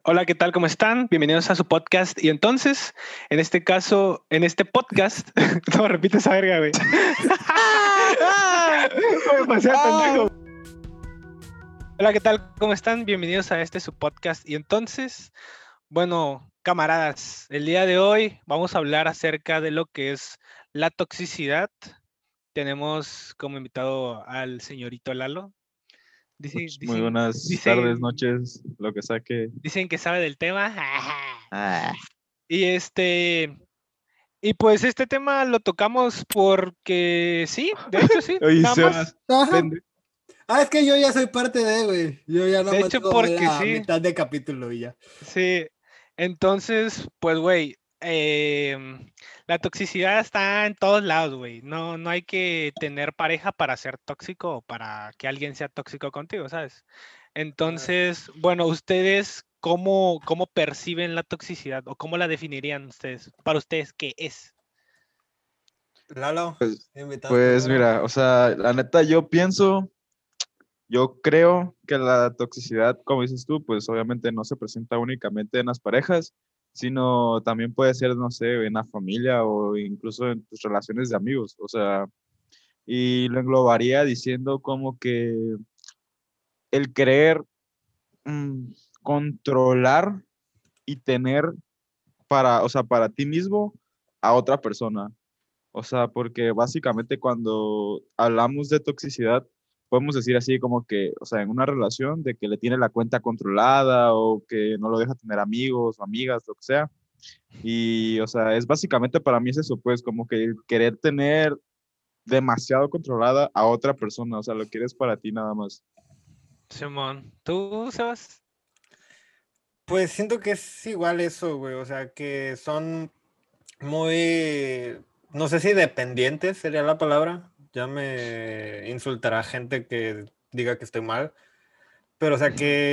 Hola, ¿qué tal? ¿Cómo están? Bienvenidos a su podcast. Y entonces, en este caso, en este podcast, no repite esa verga, güey. Me pasé al pendejo. Hola, ¿qué tal? ¿Cómo están? Bienvenidos a su podcast. Y entonces, bueno, camaradas, el día de hoy vamos a hablar acerca de lo que es la toxicidad. Tenemos como invitado al señorito Lalo. Dicen, Muy dicen, buenas tardes, dicen, noches, lo que sea que... dicen que sabe del tema. Ah, Y y pues este tema lo tocamos porque sí, de hecho sí, Oye, nada más. Sebas, Ajá. pende... Es que yo ya soy parte de, güey. Yo ya nada De más hecho llevo porque la sí, mitad de capítulo y ya. sí. Entonces, pues güey, la toxicidad está en todos lados, güey. No hay que tener pareja para ser tóxico o para que alguien sea tóxico contigo, ¿sabes? Entonces, bueno, ustedes, ¿cómo perciben la toxicidad o cómo la definirían ustedes? Para ustedes, ¿qué es? Lalo, invitados Pues primero. mira, o sea, la neta yo creo que la toxicidad, como dices tú, pues obviamente no se presenta únicamente en las parejas, sino también puede ser, no sé, en la familia o incluso en tus relaciones de amigos, o sea, y lo englobaría diciendo como que el querer mm, controlar y tener o sea, para ti mismo a otra persona. O sea, porque básicamente cuando hablamos de toxicidad, podemos decir así como que, o sea, en una relación de que le tiene la cuenta controlada o que no lo deja tener amigos o amigas, lo que sea. Y, o sea, es básicamente para mí es eso, pues, como que el querer tener demasiado controlada a otra persona, o sea, lo quieres para ti nada más. Simón, ¿tú, Sebas? Pues siento que es igual eso, güey. O sea, que son muy, no sé si dependientes sería la palabra. Ya me insultará gente que diga que estoy mal. Pero, o sea,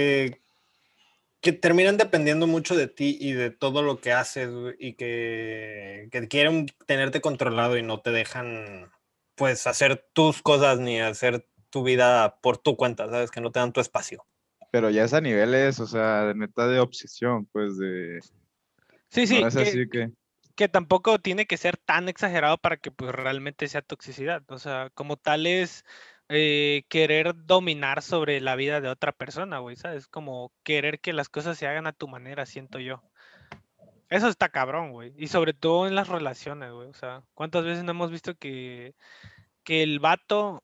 que terminan dependiendo mucho de ti y de todo lo que haces, güey, y que quieren tenerte controlado y no te dejan, pues, hacer tus cosas ni hacer tu vida por tu cuenta, ¿sabes? Que no te dan tu espacio. Pero ya es a niveles, o sea, de neta de obsesión, pues de, Sí, no sí, es así que... que tampoco tiene que ser tan exagerado para que pues realmente sea toxicidad. O sea, como tal es querer dominar sobre la vida de otra persona, güey, ¿sabes? Como querer que las cosas se hagan a tu manera, siento yo. Eso está cabrón, güey. Y sobre todo en las relaciones, güey. O sea, ¿cuántas veces no hemos visto que el vato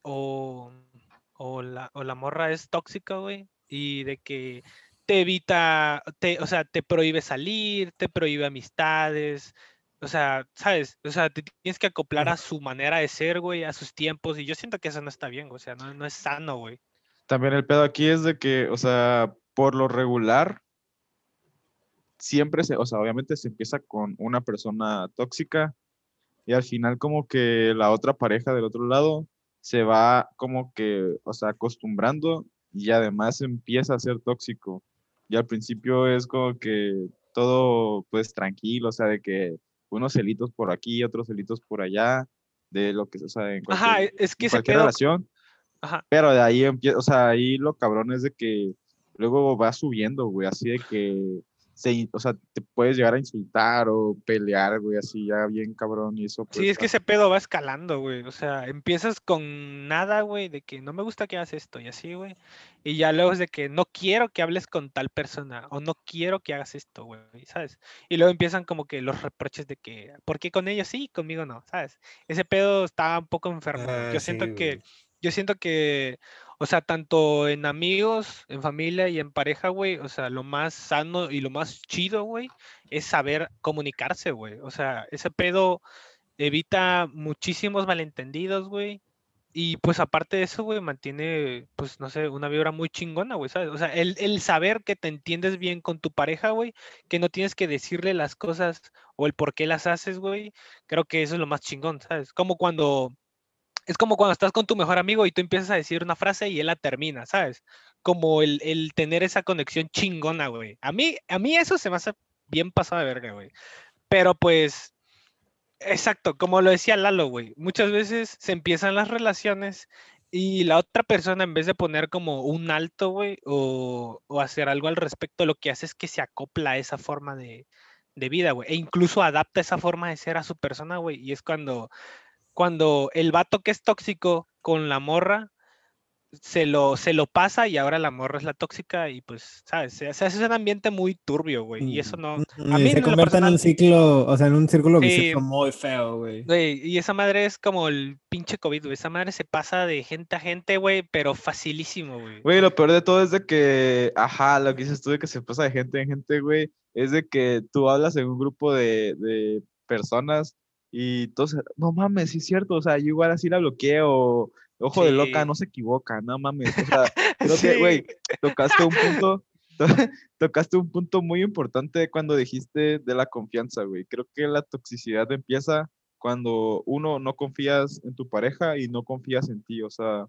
o la morra es tóxica, güey? Y de que te evita, o sea, te prohíbe salir, te prohíbe amistades. O sea, ¿sabes? O sea, te tienes que acoplar a su manera de ser, güey, a sus tiempos. Y yo siento que eso no está bien, güey. O sea, no es sano, güey. También el pedo aquí es de que, o sea, por lo regular, siempre o sea, obviamente se empieza con una persona tóxica y al final como que la otra pareja del otro lado se va como que, o sea, acostumbrando y además empieza a ser tóxico. Y al principio es como que todo pues tranquilo, o sea, de que unos celitos por aquí, otros celitos por allá, de lo que, o sea, Ajá, es que en ese cualquier pedo. relación, Ajá. pero de ahí empieza, o sea, ahí lo cabrón es de que luego va subiendo, güey, así de que, o sea, te puedes llegar a insultar o pelear, güey, así ya bien cabrón, y eso Sí, pues, es que ese pedo va escalando, güey. O sea, empiezas con nada, güey, de que no me gusta que hagas esto y así, güey. Y ya luego es de que no quiero que hables con tal persona o no quiero que hagas esto, güey, ¿sabes? Y luego empiezan como que los reproches de que, ¿por qué con ellos sí y conmigo no? ¿Sabes? Ese pedo está un poco enfermo, güey. Sí, güey. Yo siento que, o sea, tanto en amigos, en familia y en pareja, güey, o sea, lo más sano y lo más chido, güey, es saber comunicarse, güey. O sea, ese pedo evita muchísimos malentendidos, güey. Y pues aparte de eso, güey, mantiene, pues no sé, una vibra muy chingona, güey, ¿sabes? O sea, el saber que te entiendes bien con tu pareja, güey, que no tienes que decirle las cosas o el por qué las haces, güey, creo que eso es lo más chingón, ¿sabes? Es como cuando estás con tu mejor amigo y tú empiezas a decir una frase y él la termina, ¿sabes? Como el tener esa conexión chingona, güey. A mí eso se me hace bien pasado de verga, güey. Pero pues exacto, como lo decía Lalo, güey. Muchas veces se empiezan las relaciones Y la otra persona, en vez de poner como un alto, güey, o hacer algo al respecto, lo que hace es que se acopla a esa forma de vida, güey. E incluso adapta esa forma de ser a su persona, güey. Y es cuando el vato que es tóxico con la morra se lo pasa y ahora la morra es la tóxica y pues, ¿sabes? Se hace un ambiente muy turbio, güey. Y eso no, a Y mí se en lo convierte en un personal, ciclo, o sea, en un círculo sí, vicioso muy feo, güey. güey, y esa madre es como el pinche COVID, güey. Esa madre se pasa de gente a gente, güey, pero facilísimo, güey. Güey, lo peor de todo es de que, ajá, lo que dices tú de que se pasa de gente en gente, güey, es de que tú hablas en un grupo de personas y todos, no mames, sí es cierto, o sea, yo igual así la bloqueo, ojo de loca, Sí. no se equivoca, no mames, o sea, creo que, Sí. güey, tocaste un punto, tocaste un punto muy importante cuando dijiste de la confianza, güey. Creo que la toxicidad empieza cuando uno no confías en tu pareja y no confías en ti, o sea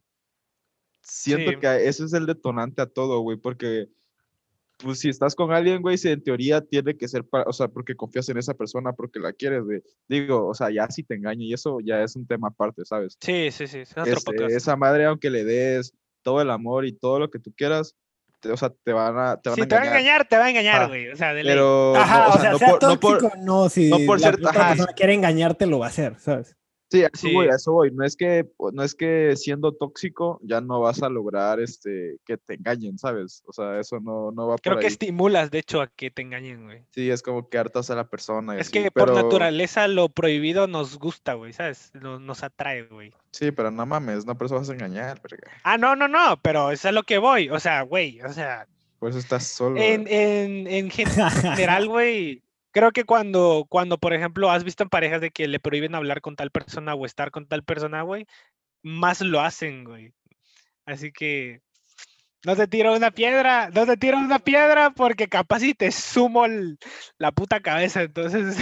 siento Sí. que eso es el detonante a todo, güey, porque pues si estás con alguien, güey, si en teoría tiene que ser, o sea, porque confías en esa persona, porque la quieres, güey. Digo, o sea, ya si te engaña y eso ya es un tema aparte, ¿sabes? Sí, sí, sí, es otro podcast. Esa madre, aunque le des todo el amor y todo lo que tú quieras, o sea, te van a Sí, te va a engañar. engañar, te va a engañar, Ajá. güey. O sea, de ley. Pero no, o Ajá, o sea, sea, no sea por, no por, tóxico, no, no si por la ser, otra ajá, persona quiere engañarte, lo va a hacer, ¿sabes? sí, a eso voy, Sí. a eso voy. No es que siendo tóxico ya no vas a lograr que te engañen, ¿sabes? O sea, eso no va por Creo que ahí. estimulas, de hecho, a que te engañen, güey. Sí, es como que hartas a la persona y Es así, que por pero naturaleza lo prohibido nos gusta, güey, ¿sabes? Nos atrae, güey. sí, pero no mames, no por eso vas a engañar, verga. Ah, no, no, no, pero eso es a lo que voy. O sea, güey, o sea, Por eso estás solo, en, verga. en, en general, güey, creo que cuando, por ejemplo, has visto en parejas de que le prohíben hablar con tal persona o estar con tal persona, güey, más lo hacen, güey. Así que no te tiro una piedra, no te tiro una piedra porque capaz si te sumo la puta cabeza, entonces,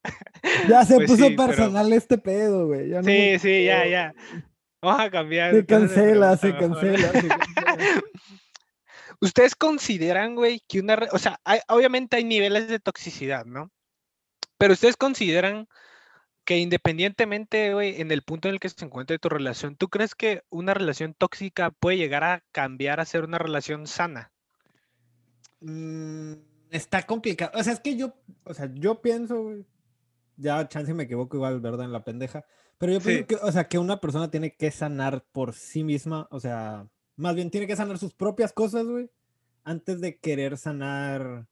Ya se pues puso sí, pero personal este pedo, güey. Ya no me sí, sí, ya, gustó, ya. güey. Vamos a cambiar Se entonces de cancela, pregunta se mejor. cancela, se cancela. ¿Ustedes consideran, güey, que o sea, obviamente hay niveles de toxicidad, ¿no? Pero ustedes consideran que independientemente, güey, en el punto en el que se encuentre tu relación, ¿tú crees que una relación tóxica puede llegar a cambiar a ser una relación sana? Mm, está complicado. O sea, es que yo pienso, güey, ya chance me equivoco igual, ¿verdad? En la pendeja. Pero yo pienso Sí, que, o sea, que una persona tiene que sanar por sí misma, o sea, más bien tiene que sanar sus propias cosas, güey, antes de querer sanar,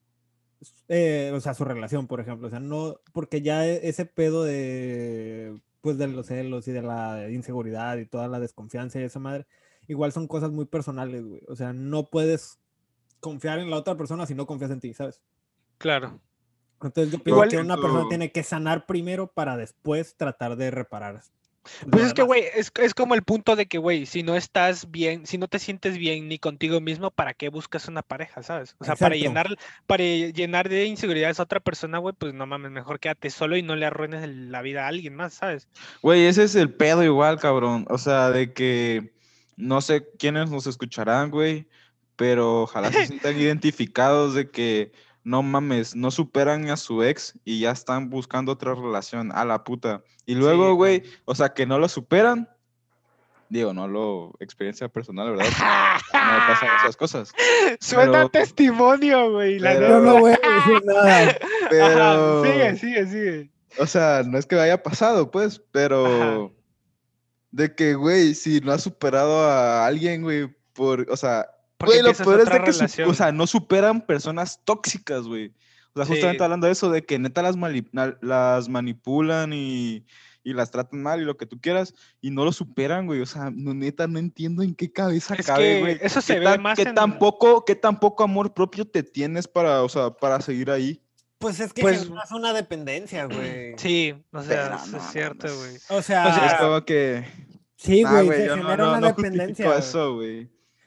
o sea, su relación, por ejemplo. O sea, no, porque ya ese pedo de, pues, de los celos y de la inseguridad y toda la desconfianza y esa madre, igual son cosas muy personales, güey. O sea, no puedes confiar en la otra persona si no confías en ti, ¿sabes? claro. Entonces yo pienso Yo Igual, que una persona pienso, tiene que sanar primero para después tratar de reparar pues, pues lo es que, demás. güey, es como el punto de que, güey, si no estás bien, si no te sientes bien ni contigo mismo, ¿para qué buscas una pareja, sabes? O sea, Exacto. para llenar de inseguridades a otra persona, güey, pues no mames, mejor quédate solo y no le arruines la vida a alguien más, ¿sabes? güey, ese es el pedo igual, cabrón. O sea, de que no sé quiénes nos escucharán, güey, pero ojalá se sientan identificados de que no mames, no superan a su ex y ya están buscando otra relación a la puta. Y Sí, luego, claro. güey, o sea, que no lo superan. Digo, no lo experiencia personal, ¿verdad? Porque no me pasan esas cosas. Suena a Pero, testimonio, güey, la Yo no neta. pero, voy a decir nada. Ajá, sigue, pero, sigue, sigue. o sea, no es que me haya pasado, pues, Ajá. pero de que, güey, si no has superado a alguien, güey, o sea, Porque güey, lo empiezas peor es otra de que, o relación. sea, no superan personas tóxicas, güey. O sea, justamente Sí. hablando de eso, de que neta las manipulan y las tratan mal y lo que tú quieras, y no lo superan, güey. O sea, no, neta, no entiendo en qué cabeza Es cabe, que güey. eso ¿Qué se ve tan, más qué tan en, poco, qué tan poco amor propio te tienes para, o sea, para seguir ahí? Pues es que pues, generas una dependencia, güey. sí, o sea, Pero eso es no cierto, güey. O mames. O Es sea, sea, como que, sí, nah, güey, güey, se yo no, genera no, una no justifico dependencia, güey. eso, güey.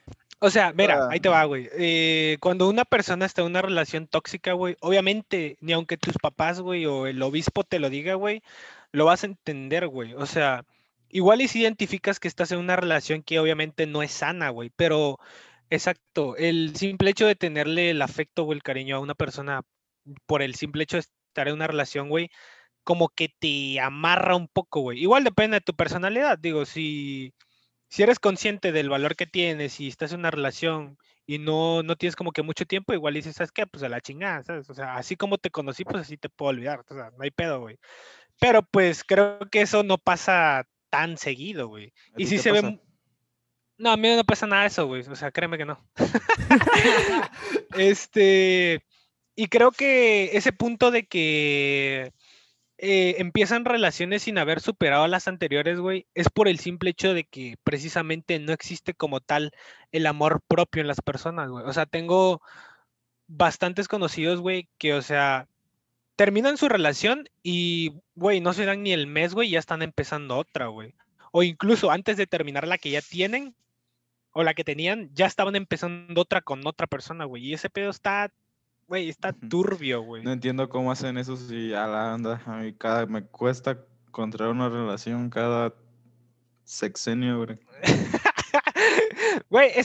mira, Ah, ahí te va, güey. Cuando una persona está en una relación tóxica, güey, obviamente, ni aunque tus papás, güey, o el obispo te lo diga, güey, lo vas a entender, güey. O sea, igual y si identificas que estás en una relación que obviamente no es sana, güey, pero, exacto, el simple hecho de tenerle el afecto o el cariño a una persona por el simple hecho de estar en una relación, güey, como que te amarra un poco, güey. Igual depende de tu personalidad, digo, si si eres consciente del valor que tienes y estás en una relación y no tienes como que mucho tiempo, igual dices, ¿sabes qué? Pues a la chingada, ¿sabes? O sea, así como te conocí, pues así te puedo olvidar, o sea, no hay pedo, güey. Pero pues creo que eso no pasa tan seguido, güey. ¿A Y ti sí te se ve... pasa? No, a mí no pasa nada de eso, güey. O sea, créeme que no. Este... Y creo que ese punto de que empiezan relaciones sin haber superado a las anteriores, güey, es por el simple hecho de que precisamente no existe como tal el amor propio en las personas, güey. O sea, tengo bastantes conocidos, güey, que, o sea, terminan su relación y, güey, no se dan ni el mes, güey, ya están empezando otra, güey. O incluso antes de terminar la que ya tienen o la que tenían, ya estaban empezando otra con otra persona, güey. Y ese pedo está, güey, está turbio, güey. No entiendo cómo hacen eso si a la anda. A mí me cuesta encontrar una relación cada sexenio, güey. Güey,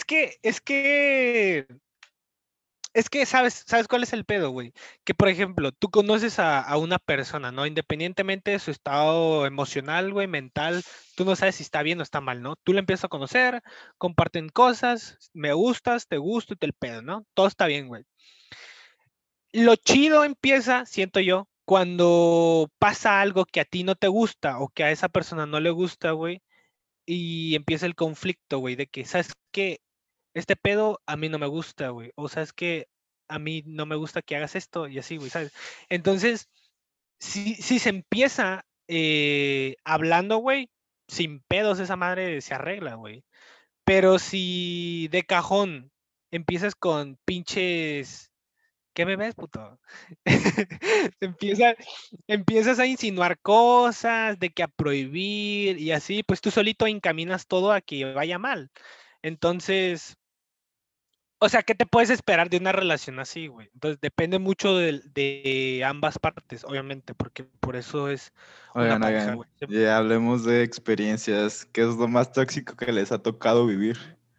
es que ¿sabes cuál es el pedo, güey? Que, por ejemplo, tú conoces a una persona, ¿no? Independientemente de su estado emocional, güey, mental, tú no sabes si está bien o está mal, ¿no? Tú le empiezas a conocer, comparten cosas, me gustas, te gusto y te el pedo, ¿no? Todo está bien, güey. Lo chido empieza, siento yo, cuando pasa algo que a ti no te gusta o que a esa persona no le gusta, güey, y empieza el conflicto, güey, de que, ¿sabes qué? Este pedo a mí no me gusta, güey. O sabes que a mí no me gusta que hagas esto y así, güey, ¿sabes? Entonces, si se empieza hablando, güey, sin pedos esa madre se arregla, güey. Pero si de cajón empiezas con pinches... ¿Qué me ves, puto? Empieza, empiezas a insinuar cosas, de que a prohibir y así, pues tú solito encaminas todo a que vaya mal. Entonces, o sea, ¿qué te puedes esperar de una relación así, güey? Entonces, depende mucho de ambas partes, obviamente, porque por eso es una Oigan, pareja, oigan, güey. ya hablemos de experiencias. ¿Qué es lo más tóxico que les ha tocado vivir?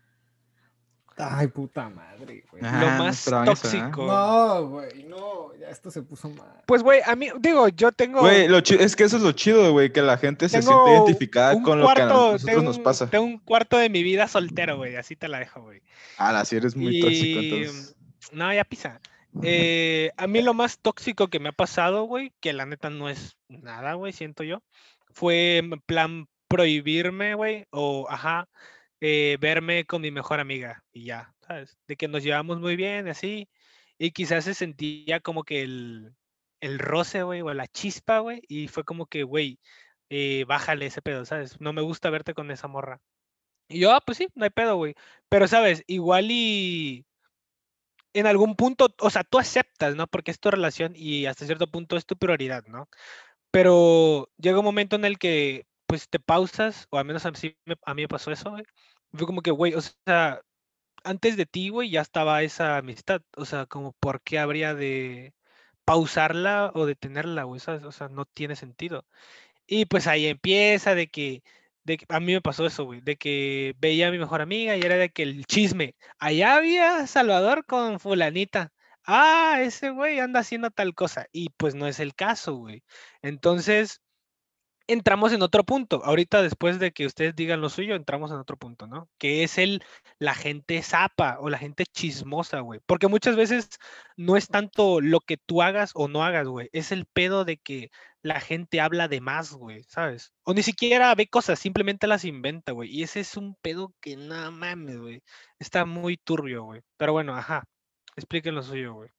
Ay, puta madre, güey. Lo Ajá, no más esperaban eso, ¿eh? tóxico. No, güey, no, ya esto se puso mal. Pues, güey, a mí, digo, yo Güey, es que eso es lo chido, güey, que la gente se siente tengo identificada un con lo que a cuarto, nosotros nos pasa. tengo un cuarto de mi vida soltero, güey, así te la dejo, güey. Ah, sí eres muy tóxico, Y entonces. no, ya pisa. A mí lo más tóxico que me ha pasado, güey, que la neta no es nada, güey, siento yo, fue en plan prohibirme, güey, o ajá, verme con mi mejor amiga y ya, ¿sabes? De que nos llevamos muy bien, así, y quizás se sentía como que el roce, güey, o la chispa, güey, y fue como que, güey, bájale ese pedo, ¿sabes? No me gusta verte con esa morra. Y yo, pues sí, no hay pedo, güey. Pero, ¿sabes? Igual y en algún punto, o sea, tú aceptas, ¿no? Porque es tu relación y hasta cierto punto es tu prioridad, ¿no? Pero llega un momento en el que, pues, te pausas, o al menos a mí me pasó eso, güey. Fue como que, güey, o sea, antes de ti, güey, ya estaba esa amistad. O sea, como, ¿por qué habría de pausarla o detenerla, güey? ¿Sabes? O sea, no tiene sentido. Y pues ahí empieza de que a mí me pasó eso, güey, de que veía a mi mejor amiga y era de que el chisme, allá había Salvador con fulanita. Ah, ese güey anda haciendo tal cosa. Y pues no es el caso, güey. Entonces, entramos en otro punto. Ahorita, después de que ustedes digan lo suyo, entramos en otro punto, ¿no? Que es la gente zapa o la gente chismosa, güey. Porque muchas veces no es tanto lo que tú hagas o no hagas, güey. Es el pedo de que la gente habla de más, güey, ¿sabes? O ni siquiera ve cosas, simplemente las inventa, güey. Y ese es un pedo que no mames, güey. Está muy turbio, güey. Pero bueno, ajá. Expliquen lo suyo, güey.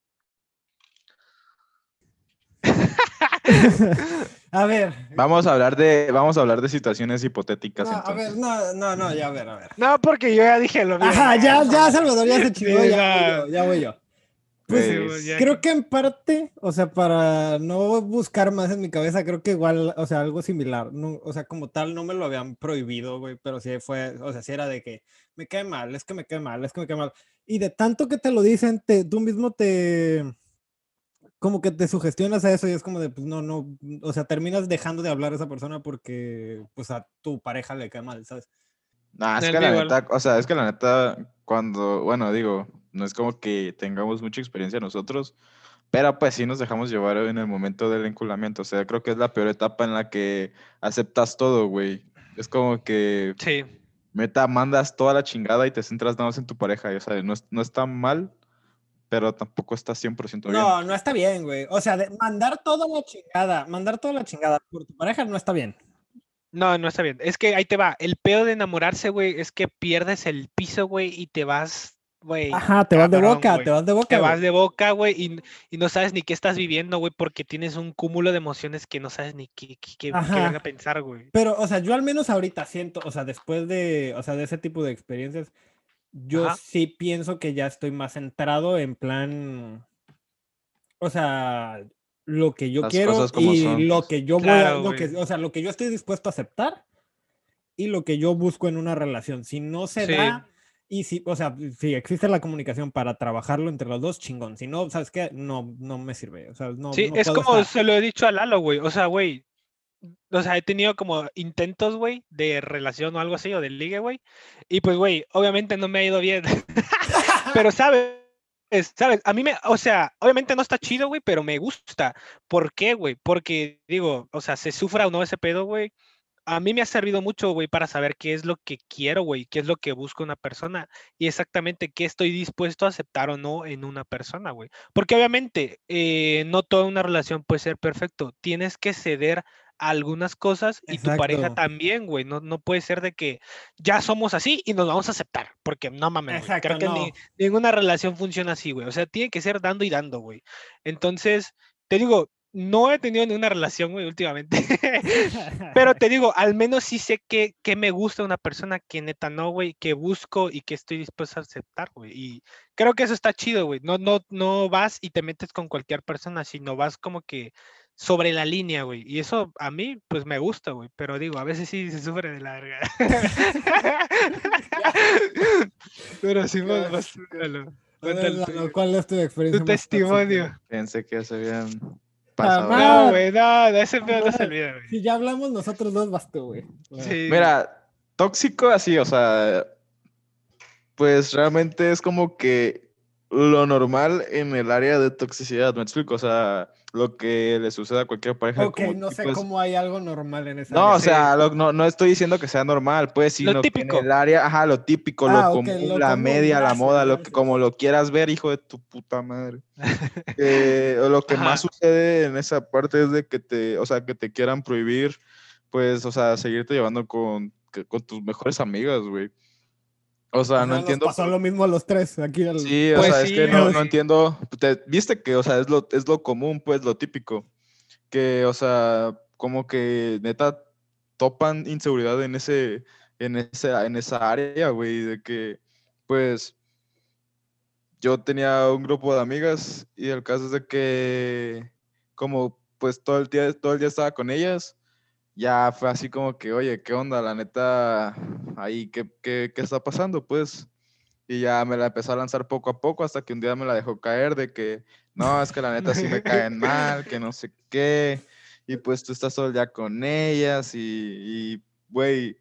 A ver. Vamos a hablar de situaciones hipotéticas No, a ver, entonces. no, ya, a ver. No, porque yo ya dije lo mío. Ajá, ya, Salvador, ya se chingó, Sí, ya voy yo. Pues sí, Pues, ya creo que en parte, o sea, para no buscar más en mi cabeza, creo que igual, o sea, algo similar, no, o sea, como tal, no me lo habían prohibido, güey, pero sí fue, o sea, sí era de que me cae mal, es que me cae mal, es que me cae mal. Y de tanto que te lo dicen, tú mismo como que te sugestionas a eso y es como de, pues no, o sea, terminas dejando de hablar a esa persona porque, pues a tu pareja le cae mal, ¿sabes? nah, es el que mío la igual. neta, o sea, es que la neta, bueno, digo, no es como que tengamos mucha experiencia nosotros, pero pues sí nos dejamos llevar en el momento del enculamiento. O sea, creo que es la peor etapa en la que aceptas todo, güey. Es como que Sí. Meta, mandas toda la chingada y te centras nada más en tu pareja. O sea, no está mal, pero tampoco está 100% bien. No, no está bien, güey. O sea, mandar toda la chingada por tu pareja no está bien. No, no está bien. Es que ahí te va. El pedo de enamorarse, güey, es que pierdes el piso, güey, y te vas, güey, Ajá, te vas de cabrón, boca, güey. te vas de Te boca, vas güey. de boca, güey, y no sabes ni qué estás viviendo, güey, porque tienes un cúmulo de emociones que no sabes ni qué verga Ajá. pensar, güey. Pero, o sea, yo al menos ahorita siento, o sea, después de, o sea, de ese tipo de experiencias, yo Ajá. sí pienso que ya estoy más centrado en plan, o sea, lo que yo Las quiero cosas como y son, lo pues. que yo voy a, Claro, güey. o sea, lo que yo estoy dispuesto a aceptar y lo que yo busco en una relación. Si no se Sí. da y si, o sea, si existe la comunicación para trabajarlo entre los dos, chingón. Si no, ¿sabes qué? No, no me sirve. O sea, no, Sí, no es puedo como estar. se lo he dicho a Lalo, güey. O sea, güey. O sea, he tenido como intentos, güey, de relación o algo así, o de ligue, güey. Y pues, güey, obviamente no me ha ido bien. Pero, ¿sabes? ¿Sabes? A mí o sea, obviamente no está chido, güey, pero me gusta. ¿Por qué, güey? Porque, digo, o sea, se sufra o no ese pedo, güey. A mí me ha servido mucho, güey, para saber qué es lo que quiero, güey, qué es lo que busca una persona y exactamente qué estoy dispuesto a aceptar o no en una persona, güey. Porque obviamente no toda una relación puede ser perfecto. Tienes que ceder a algunas cosas y tu pareja Exacto. también, güey. No, no puede ser de que ya somos así y nos vamos a aceptar, porque no mames, güey. Creo Exacto, que no. ninguna relación funciona así, güey. O sea, tiene que ser dando y dando, güey. Entonces, te digo, no he tenido ninguna relación, güey, últimamente. Pero te digo, al menos sí sé que me gusta una persona que neta no, güey, que busco y que estoy dispuesto a aceptar, güey. Y creo que eso está chido, güey. No vas y te metes con cualquier persona, sino vas como que sobre la línea, güey. Y eso a mí, pues me gusta, güey. Pero digo, a veces sí se sufre de la verga. Pero sí, Qué pues, asco. A cuenta ver, el Lalo, tuyo. ¿cuál es tu Tu experiencia más tóxica? testimonio. Pensé que ya se habían pasado de No, Jamás, güey, no, de ese pedo no se jamás. olvida, güey. Si ya hablamos nosotros dos, vas tú, güey. Bueno. Sí. Mira, tóxico así, o sea, pues realmente es como que lo normal en el área de toxicidad, me explico, o sea, lo que le sucede a cualquier pareja Ok, como no sé tipo cómo hay algo normal en esa no, área. o Sí. sea, no estoy diciendo que sea normal, pues, Lo sino que en típico. el área, ajá, lo típico, lo Ah, ok, común, lo la común. media, la Gracias, moda, lo que gracias. como lo quieras ver, hijo de tu puta madre. O lo que más Ajá. sucede en esa parte es de que o sea, que te quieran prohibir, pues, o sea, seguirte llevando con tus mejores amigas, güey. O O sea, no sea, nos entiendo pasó lo mismo a los tres. Aquí sí, o Pues sea, es que sí, no güey. entiendo, viste que, o sea, es lo común, pues, lo típico, que, o sea, como que neta topan inseguridad en esa área, güey, de que, pues, yo tenía un grupo de amigas y el caso es de que, como, pues, todo el día estaba con ellas, ya fue así como que, oye, ¿qué onda? La neta, ahí, ¿qué está pasando? Pues, y ya me la empezó a lanzar poco a poco hasta que un día me la dejó caer de que, no, es que la neta sí me caen mal, que no sé qué, y pues tú estás todo el día con ellas güey,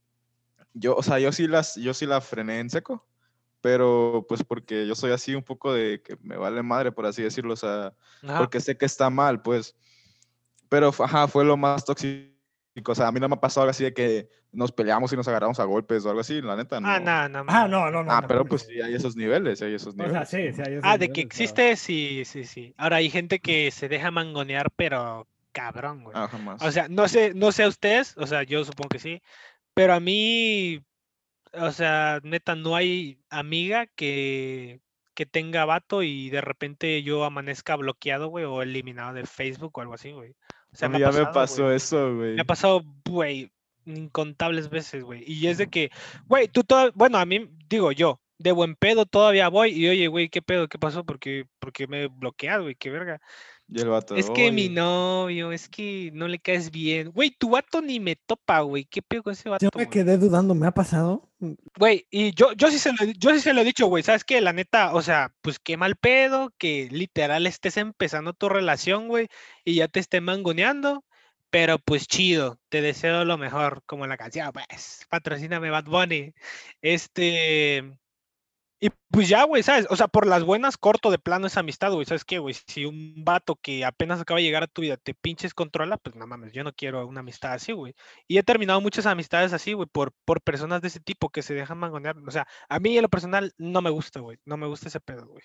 o sea, yo sí la frené en seco, pero pues porque yo soy así un poco de que me vale madre, por así decirlo, o sea, Ajá. porque sé que está mal, pues, pero, ajá, fue lo más tóxico, o sea, a mí no me ha pasado algo así de que nos peleamos y nos agarramos a golpes o algo así, la neta, Ah, no. no, no Ah, mames. no, no, no, Ah, no pero pues mames. sí, hay esos niveles, hay esos O sea, niveles. sí, sí hay esos Ah, de que niveles, pero... existe, sí, sí, sí. Ahora hay gente que se deja mangonear, pero cabrón, güey. Ah, O jamás. sea, no sé a ustedes, o sea, yo supongo que sí, pero a mí, o sea, neta, no hay amiga que tenga vato y de repente yo amanezca bloqueado, güey, o eliminado de Facebook o algo así, güey. O A sea, me mí ha ya me pasado, pasó güey. eso, Me ha güey. pasado, güey, incontables veces, güey. Y es de que, güey, bueno, a mí, digo yo, de buen pedo todavía voy y oye, güey, ¿qué pedo? ¿Qué pasó? Porque me bloqueas, güey, qué verga. Y el vato, Es que mi oye, novio, es que no le caes bien. Güey, tu vato ni me topa, güey. ¿Qué pedo con ese Yo vato, me güey? quedé dudando, ¿me ha pasado? Güey, y yo sí se lo he dicho, güey, ¿sabes qué? La neta, o sea, pues qué mal pedo que literal estés empezando tu relación, güey, y ya te esté mangoneando, pero pues chido, te deseo lo mejor, como la canción, pues, patrocíname Bad Bunny. Este, Y pues ya, güey, ¿sabes? O sea, por las buenas corto de plano esa amistad, güey. ¿Sabes qué, güey? Si un vato que apenas acaba de llegar a tu vida te pinches controla, pues no mames, yo no quiero una amistad así, güey. Y he terminado muchas amistades así, güey, por personas de ese tipo que se dejan mangonear. O sea, a mí en lo personal no me gusta, güey. No me gusta ese pedo, güey.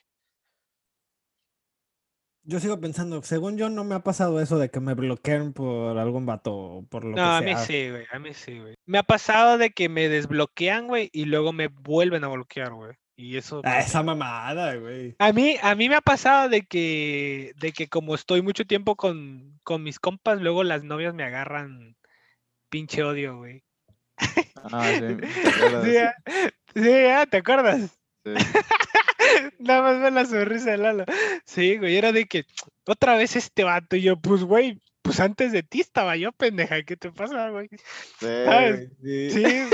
Yo sigo pensando, según yo no me ha pasado eso de que me bloqueen por algún vato o por lo No, que a mí sea. sí, güey. A mí sí, güey. Me ha pasado de que me desbloquean, güey, y luego me vuelven a bloquear, güey. Y eso me Ah, da esa miedo. mamada, güey. A mí me ha pasado de que como estoy mucho tiempo con mis compas, luego las novias me agarran pinche odio, güey. Ah, sí, ¿te Sí, acuerdas? ¿te acuerdas? Sí. Nada más ve la sonrisa de Lalo. Sí, güey, era de que otra vez este vato. Y yo, pues, güey, pues antes de ti estaba yo, pendeja. ¿Qué te pasa, güey? Sí, ¿Sabes? güey, sí. Sí,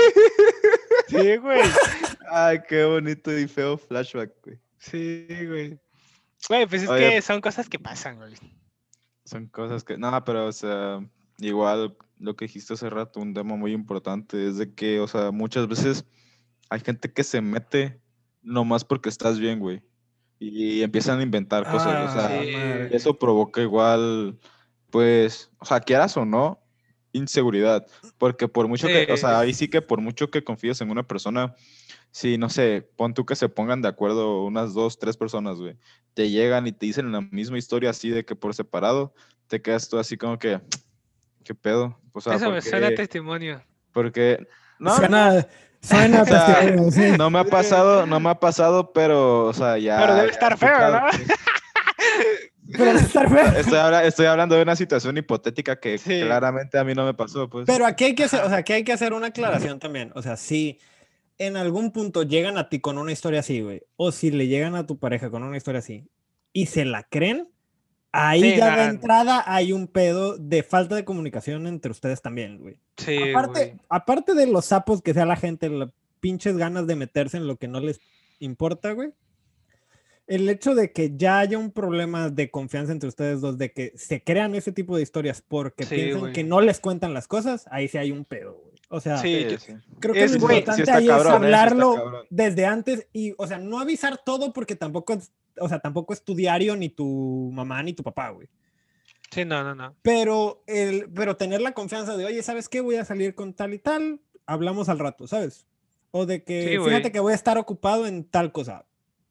sí, güey. Ay, qué bonito y feo flashback, güey. Sí, güey. Güey, pues es Oye, que son cosas que pasan, güey. son cosas que... No, pero, o sea, igual lo que dijiste hace rato, un tema muy importante es de que, o sea, muchas veces hay gente que se mete nomás porque estás bien, güey. Y empiezan a inventar cosas, o Ah, sea, Sí, y madre. eso provoca igual, pues, o sea, quieras o no, inseguridad. Porque por mucho que, o sea, sí. ahí sí que por mucho que confíes en una persona, si, no sé, pon tú que se pongan de acuerdo unas dos, tres personas, güey, te llegan y te dicen la misma historia así de que por separado, te quedas tú así como que, ¿qué pedo? O sea, Eso me suena a testimonio. porque, no, no, Suena, suena o sea, testimonio, sí. no me ha pasado, pero, o sea, Pero debe ya he estar feo, ¿no? escuchado, pues. Pero debe estar feo. Estoy hablando de una situación hipotética que Sí, claramente a mí no me pasó, pues. Pero aquí hay que hacer, o ajá. sea, aquí hay que hacer una aclaración también. O sea, si en algún punto llegan a ti con una historia así, güey, o si le llegan a tu pareja con una historia así y se la creen, ahí Sí, ya de nada. entrada hay un pedo de falta de comunicación entre ustedes también, güey. Sí, Aparte, güey. aparte de los sapos que sea la gente, las pinches ganas de meterse en lo que no les importa, güey. El hecho de que ya haya un problema de confianza entre ustedes dos, de que se crean ese tipo de historias porque Sí, piensan que güey. no les cuentan las cosas, ahí sí hay un pedo, güey. O sea, Sí, Sí, sí. creo que lo es, güey. Sí importante está ahí es cabrón, sí está hablarlo cabrón. desde antes y, o sea, no avisar todo porque tampoco es, o sea, tampoco es tu diario, ni tu mamá, ni tu papá, güey. Sí, no, no, no. Pero tener la confianza de, oye, ¿sabes qué? Voy a salir con tal y tal, hablamos al rato, ¿sabes? O de Sí, que, fíjate güey. que voy a estar ocupado en tal cosa.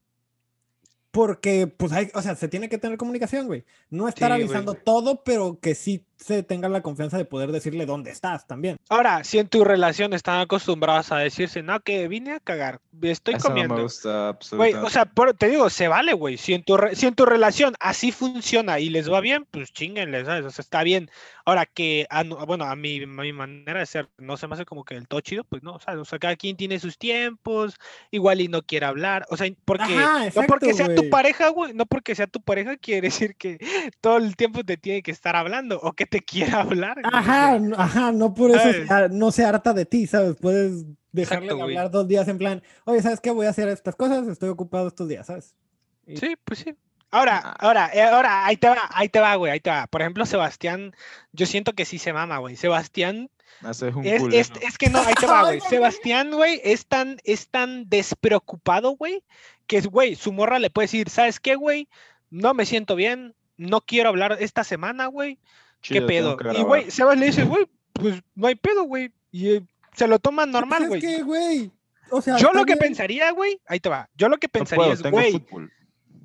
Porque, pues, hay, o sea, se tiene que tener comunicación, güey. No estar Sí, güey. avisando todo, pero que sí se tenga la confianza de poder decirle dónde estás también. Ahora, si en tu relación están acostumbrados a decirse, no, que vine a cagar, estoy Eso no me comiendo. gusta Güey, o absolutamente. sea, te digo, se vale, güey. Si en tu relación así funciona y les va bien, pues chinguenle, ¿sabes? O sea, está bien. Ahora que, bueno, a mi manera de ser, no se me hace como que el todo chido, pues no, ¿sabes? O sea, cada quien tiene sus tiempos, igual y no quiere hablar. O sea, Ajá, no porque exacto, sea tu güey. pareja, güey, no porque sea tu pareja quiere decir que todo el tiempo te tiene que estar hablando o que te quiera hablar, güey. O Ajá, sea, ajá, no por eso ¿sabes? no se harta de ti, ¿sabes? Puedes dejarle Exacto, de güey. hablar 2 días en plan, oye, ¿sabes qué? Voy a hacer estas cosas, estoy ocupado estos días, ¿sabes? Y, Sí, pues sí. Ahora, Nah, ahora, ahora, ahí te va, güey, ahí te va. Por ejemplo, Sebastián, yo siento que sí se mama, güey. Sebastián, ese es un es culero. que no, ahí te va, Ay, güey. ¿por qué? Sebastián, güey, es tan despreocupado, güey, que, güey, su morra le puede decir, ¿sabes qué, güey? No me siento bien, no quiero hablar esta semana, güey. ¿Qué Chido, tengo pedo? que Y, güey, grabar. Sebas le dice, güey, pues no hay pedo, güey. Y se lo toma Pues normal, es güey. que, güey, o sea, Yo está lo que bien. pensaría, güey, ahí te va. Yo lo que No pensaría puedo, es, tengo güey, fútbol.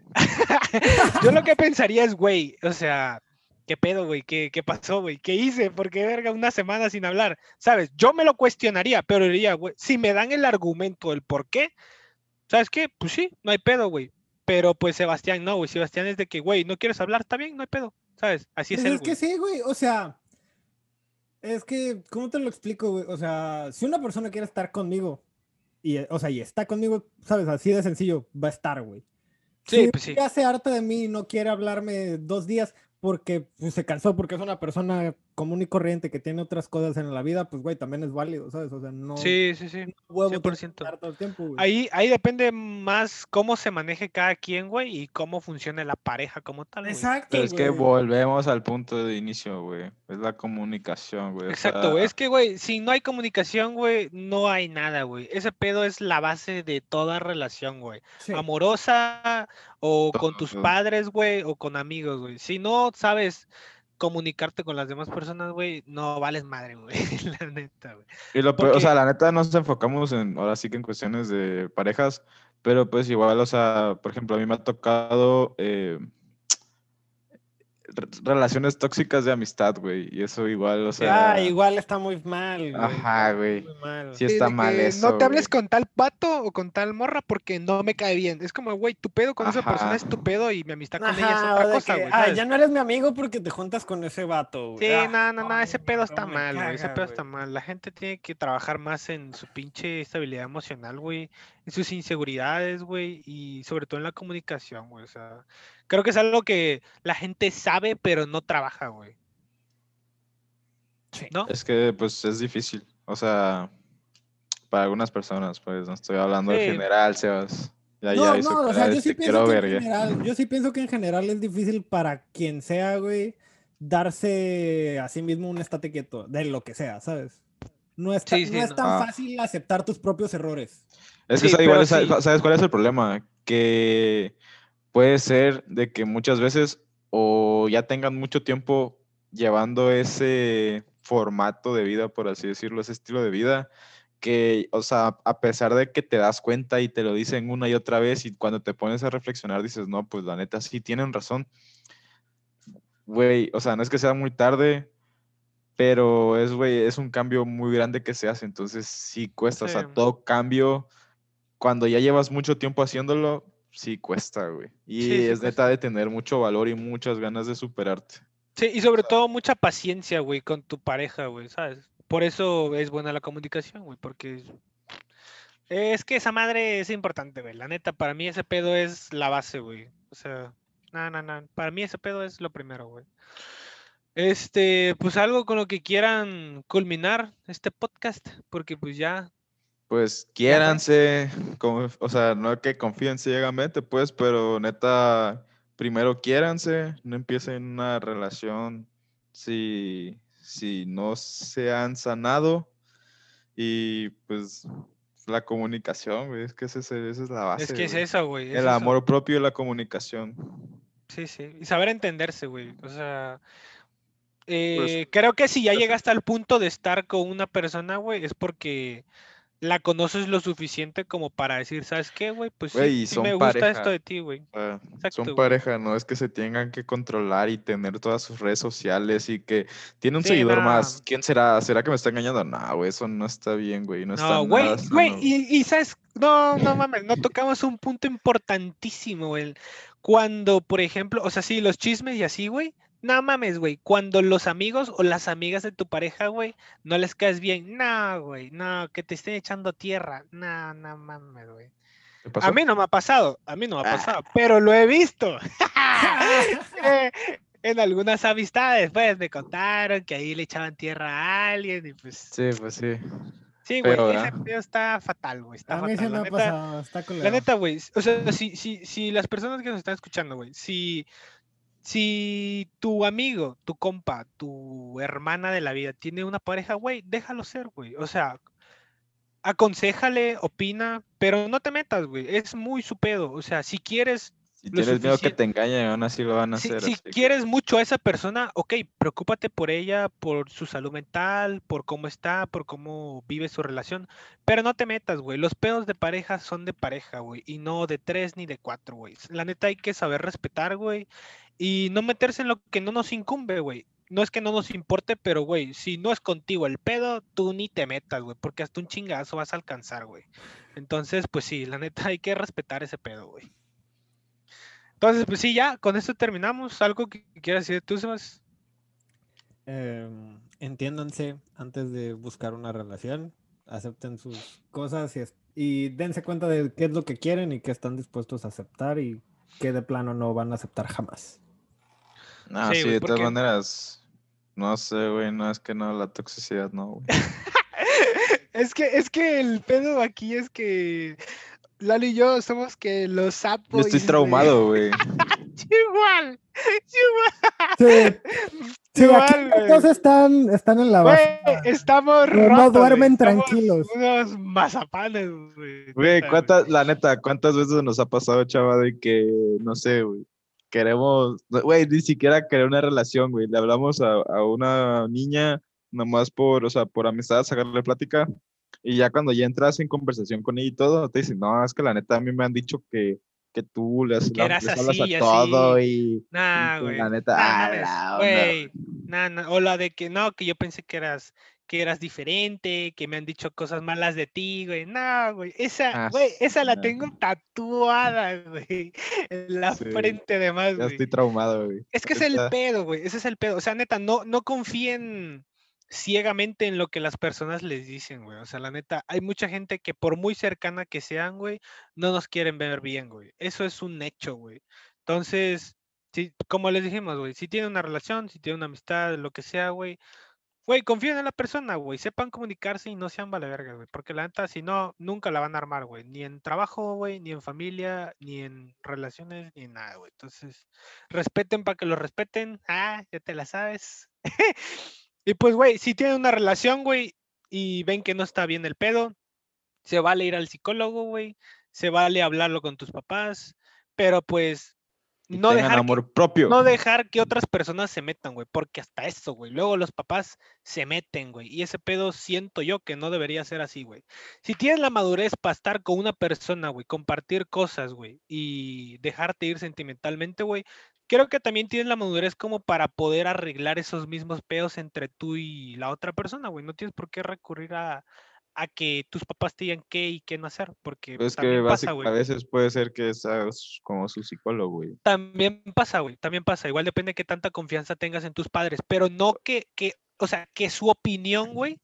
yo lo que pensaría es, güey, o sea, ¿qué pedo, güey? ¿Qué pasó, güey? ¿Qué hice? ¿Por qué, verga, una semana sin hablar? ¿Sabes? Yo me lo cuestionaría, pero diría, güey, si me dan el argumento del por qué, ¿sabes qué? Pues sí, no hay pedo, güey. Pero pues Sebastián no, güey. Sebastián es de que, güey, no quieres hablar, está bien, no hay pedo. ¿Sabes? Así es Pues él, es que güey. sí, güey, o sea, es que, ¿cómo te lo explico, güey? O sea, si una persona quiere estar conmigo, y, o sea, y está conmigo, ¿sabes? Así de sencillo, va a estar, güey. Sí, Si pues sí. ya se harta de mí y no quiere hablarme 2 días porque pues, se cansó, porque es una persona común y corriente que tiene otras cosas en la vida, pues, güey, también es válido, ¿sabes? O sea, no Sí, huevo tiene que 100%. estar todo el tiempo, güey. Ahí depende más cómo se maneje cada quien, güey, y cómo funcione la pareja como tal, güey. Exacto, Pero es que güey. volvemos al punto de inicio, güey. Es la comunicación, güey. O Exacto, güey. sea, Es que, güey, si no hay comunicación, güey, no hay nada, güey. Ese pedo es la base de toda relación, güey. Sí. Amorosa o con tus todo. padres, güey, o con amigos, güey. Si no sabes comunicarte con las demás personas, güey, no vales madre, güey. La neta, güey. Y o Porque sea, la neta nos enfocamos ahora sí que en cuestiones de parejas, pero pues igual, o sea, por ejemplo, a mí me ha tocado relaciones tóxicas de amistad, güey. Y eso igual, o sea, Igual está muy mal, güey. ajá, güey. Muy mal. Sí está de mal que no eso, te hables güey. con tal pato o con tal morra porque no me cae bien. Es como, güey, tu pedo con esa persona Ajá. es tu pedo y mi amistad con ella es Ajá, otra o de cosa, que, güey, ¿sabes? ya no eres mi amigo porque te juntas con ese vato, güey. Sí, no, ese pedo está cómo me mal, güey, ese caga, pedo está güey. mal. La gente tiene que trabajar más en su pinche estabilidad emocional, güey, en sus inseguridades, güey, y sobre todo en la comunicación, güey, o sea, creo que es algo que la gente sabe, pero no trabaja, güey. Sí. ¿No? Es que, pues, es difícil. O sea, para algunas personas, pues, no estoy hablando en Sí, general, Sebas. Ya, No, hizo o cara sea, de yo sí te pienso quiero que en verga. general, es difícil para quien sea, güey, darse a sí mismo un estate quieto, de lo que sea, ¿sabes? sí, No sí, es no. tan Ah, fácil aceptar tus propios errores. es que Sí, igual, pero sí, ¿sabes cuál es el problema? Que puede ser de que muchas veces o ya tengan mucho tiempo llevando ese formato de vida, por así decirlo, ese estilo de vida, que, o sea, a pesar de que te das cuenta y te lo dicen una y otra vez y cuando te pones a reflexionar dices, no, pues la neta sí tienen razón, güey, o sea, no es que sea muy tarde, pero es, güey, es un cambio muy grande que se hace, entonces sí cuesta, o sí. sea, todo cambio, cuando ya llevas mucho tiempo haciéndolo, sí cuesta, güey. Sí, Y sí, es neta cuesta. de tener mucho valor y muchas ganas de superarte. Sí, y sobre todo mucha paciencia, güey, con tu pareja, güey, ¿sabes? Por eso es buena la comunicación, güey, porque es que esa madre es importante, güey. La neta, para mí ese pedo es la base, güey. O sea, no. Para mí ese pedo es lo primero, güey. Pues algo con lo que quieran culminar este podcast, porque pues Pues ya fue. quiéranse, o sea, no que confíen ciegamente, pues, pero neta, primero quiéranse, no empiecen una relación si no se han sanado y pues la comunicación, güey, es que esa es la Es base, que es güey. eso, güey, es El eso. amor propio y la comunicación. Sí, sí. Y saber entenderse, güey. O sea, Pues, creo que si ya llegaste al punto de estar con una persona, güey, es porque la conoces lo suficiente como para decir, ¿sabes qué, güey? Pues sí, güey, y sí son me gusta esto pareja. de ti, güey. Son Exacto, güey. pareja, no es que se tengan que controlar y tener todas sus redes sociales y que tiene un Sí, seguidor nada. más. ¿Quién será? ¿Será que me está engañando? No, güey, eso no está bien, güey. No está No, güey, nada güey, sano. y sabes, no mames, no tocamos un punto importantísimo, güey. Cuando, por ejemplo, o sea, sí, los chismes y así, güey, no mames, güey, cuando los amigos o las amigas de tu pareja, güey, no les caes bien, no, güey, no, que te estén echando tierra, no mames, güey. ¿Qué A pasó? mí no me ha pasado, a mí no me ha Ah, pasado, pero lo he visto. Eh, En algunas amistades, pues, me contaron que ahí le echaban tierra a alguien y pues... sí, pues sí. Sí, güey, Feo, ese ¿verdad? pedo está fatal, güey, está A mí se fatal. me ha pasado, está La culero. neta, güey, o sea, si las personas que nos están escuchando, güey, si tu amigo, tu compa, tu hermana de la vida tiene una pareja, güey, déjalo ser, güey. O sea, aconséjale, opina, pero no te metas, güey, es muy su pedo. O sea, si quieres Si lo tienes miedo que suficiente. te engañen, aún así lo van a hacer, Si así que... quieres mucho a esa persona, ok, preocúpate por ella, por su salud mental, por cómo está, por cómo vive su relación, pero no te metas, güey. Los pedos de pareja son de pareja, güey, y no de tres ni de cuatro, güey. La neta hay que saber respetar, güey, y no meterse en lo que no nos incumbe, güey. No es que no nos importe, pero, güey, si no es contigo el pedo, tú ni te metas, güey, porque hasta un chingazo vas a alcanzar, güey. Entonces, pues sí, la neta hay que respetar ese pedo, güey. Entonces, pues sí, ya, con esto terminamos. ¿Algo que quieras decir tú, Sebas? Entiéndanse antes de buscar una relación, acepten sus cosas y dense cuenta de qué es lo que quieren y qué están dispuestos a aceptar y qué de plano no van a aceptar jamás. No, Sí, sí, güey, de todas porque maneras, No sé, güey, no, es que no, la toxicidad no, güey. Es que el pedo aquí es que Lalo y yo somos que los Yo sapos. estoy traumado, güey. Igual, Sí, sí, aquí igual, los dos güey. están en la Güey, basura. estamos No, no rotos, güey. duermen Somos tranquilos. unos mazapanes, güey. Güey, neta, güey. la neta, ¿cuántas veces nos ha pasado, chaval, de que, no sé, güey, queremos, güey, ni siquiera querer una relación, güey, le hablamos a una niña nomás por, o sea, por amistad, sacarle plática, y ya cuando ya entras en conversación con ella y todo, te dicen, no, es que la neta a mí me han dicho que tú Que eras les hablas así a y todo así. y Nah, que güey. la neta, Nah, ah, mames, la onda. güey. Nah, nah. O la de que no, que yo pensé que eras diferente, que me han dicho cosas malas de ti, güey. No, güey. Ah, Esa la nah, tengo tatuada, güey. En la sí, frente, además, ya güey. estoy traumado, güey. Es que es el Ahorita, pedo, güey. Ese es el pedo. O sea, neta, no confíen ciegamente en lo que las personas les dicen, güey. O sea, la neta, hay mucha gente que por muy cercana que sean, güey, no nos quieren ver bien, güey. Eso es un hecho, güey. Entonces, sí, como les dijimos, güey, si tienen una relación, si tienen una amistad, lo que sea, güey, confíen en la persona, güey. Sepan comunicarse y no sean valevergas, güey. Porque la neta, si no, nunca la van a armar, güey. Ni en trabajo, güey, ni en familia, ni en relaciones, ni en nada, güey. Entonces, respeten para que lo respeten. Ah, ya te la sabes. Y pues, güey, si tienen una relación, güey, y ven que no está bien el pedo, se vale ir al psicólogo, güey. Se vale hablarlo con tus papás. Pero pues, y no tengan dejar que, amor propio. no dejar que otras personas se metan, güey, porque hasta eso, güey. Luego los papás se meten, güey. Y ese pedo siento yo que no debería ser así, güey. Si tienes la madurez para estar con una persona, güey, compartir cosas, güey, y dejarte ir sentimentalmente, güey, creo que también tienes la madurez como para poder arreglar esos mismos pedos entre tú y la otra persona, güey. No tienes por qué recurrir a que tus papás te digan qué y qué no hacer, porque Es que también pasa, güey. a veces puede ser que seas como su psicólogo, güey. También pasa, güey, también pasa. Igual depende de qué tanta confianza tengas en tus padres, pero no o sea, que su opinión, güey,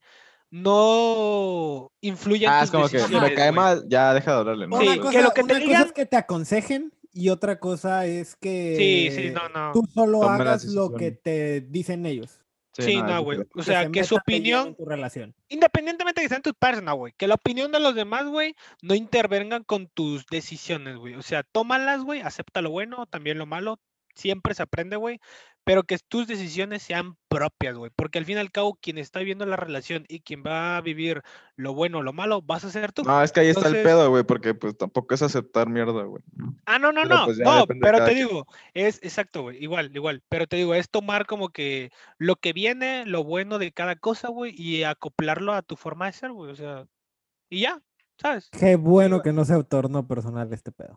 no influya en Ah, es tus como que me decisiones, cae güey. mal, ya deja de hablarle, ¿no? Una Sí, Pero, que lo que te una cosa es digan, que te aconsejen y otra cosa es sí, no, que no. tú solo tome las hagas lo que decisiones. te dicen ellos, Sí, Sí, no, es no, güey. diferente. O que sea, se que su metan de lleno en opinión, tu relación. independientemente de que sean tus personas, güey, que la opinión de los demás, güey, no intervengan con tus decisiones, güey. O sea, tómalas, güey, acepta lo bueno, también lo malo, siempre se aprende, güey, pero que tus decisiones sean propias, güey, porque al fin y al cabo, quien está viviendo la relación y quien va a vivir lo bueno o lo malo, vas a ser tú. No, es que ahí está el Entonces, pedo, güey, porque pues tampoco es aceptar mierda, güey. Pero pues ya no, depende de pero cada te quien. digo, es exacto, güey, igual, pero te digo, es tomar como que lo que viene, lo bueno de cada cosa, güey, y acoplarlo a tu forma de ser, güey, o sea, y ya, ¿sabes? Qué bueno Digo, que no se tornó personal este pedo.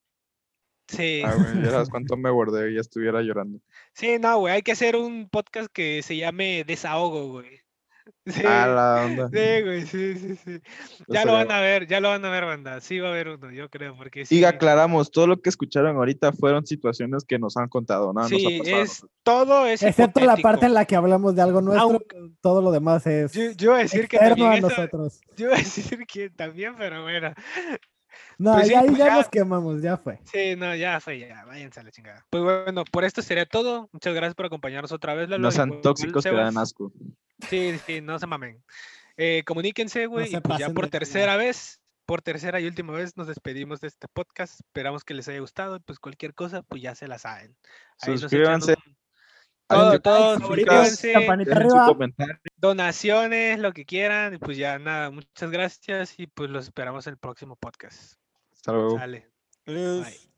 sí, Ah, güey, ya sabes cuánto me guardé y ya estuviera llorando. sí, no, güey, hay que hacer un podcast que se llame Desahogo, güey. Ah, Sí, la onda. sí, güey, sí. Eso estaría bueno. Ya lo van a ver, banda. Sí va a haber uno, yo creo, porque Y sí. aclaramos, todo lo que escucharon ahorita fueron situaciones que nos han contado, nada nos ha Sí, pasado a nosotros. todo es Excepto la parte en hipotético. la que hablamos de algo nuestro, Aunque todo lo demás es yo iba a decir que externo también a eso, nosotros. yo iba a decir que también, pero bueno. No, Pues sí, ya ahí pues ya ya, nos quemamos, ya fue. sí, no, ya fue, ya, váyanse a la chingada. Pues bueno, por esto sería todo. Muchas gracias por acompañarnos otra vez, No Lalo. sean Igual, tóxicos que dan Sebas. asco. Sí, no se mamen. Comuníquense, No güey, y se pues ya pasen de lanza. por tercera y última vez nos despedimos de este podcast. Esperamos que les haya gustado y pues cualquier cosa, pues ya se la saben. Ahí nos echan Suscríbanse, Denle activen todo, like, las notificas, favoritos, suscríbanse, campanita dejen su arriba. comentario. donaciones, lo que quieran, y pues ya nada, muchas gracias y pues los esperamos en el próximo podcast. Hasta luego. Sale. Adiós. Bye.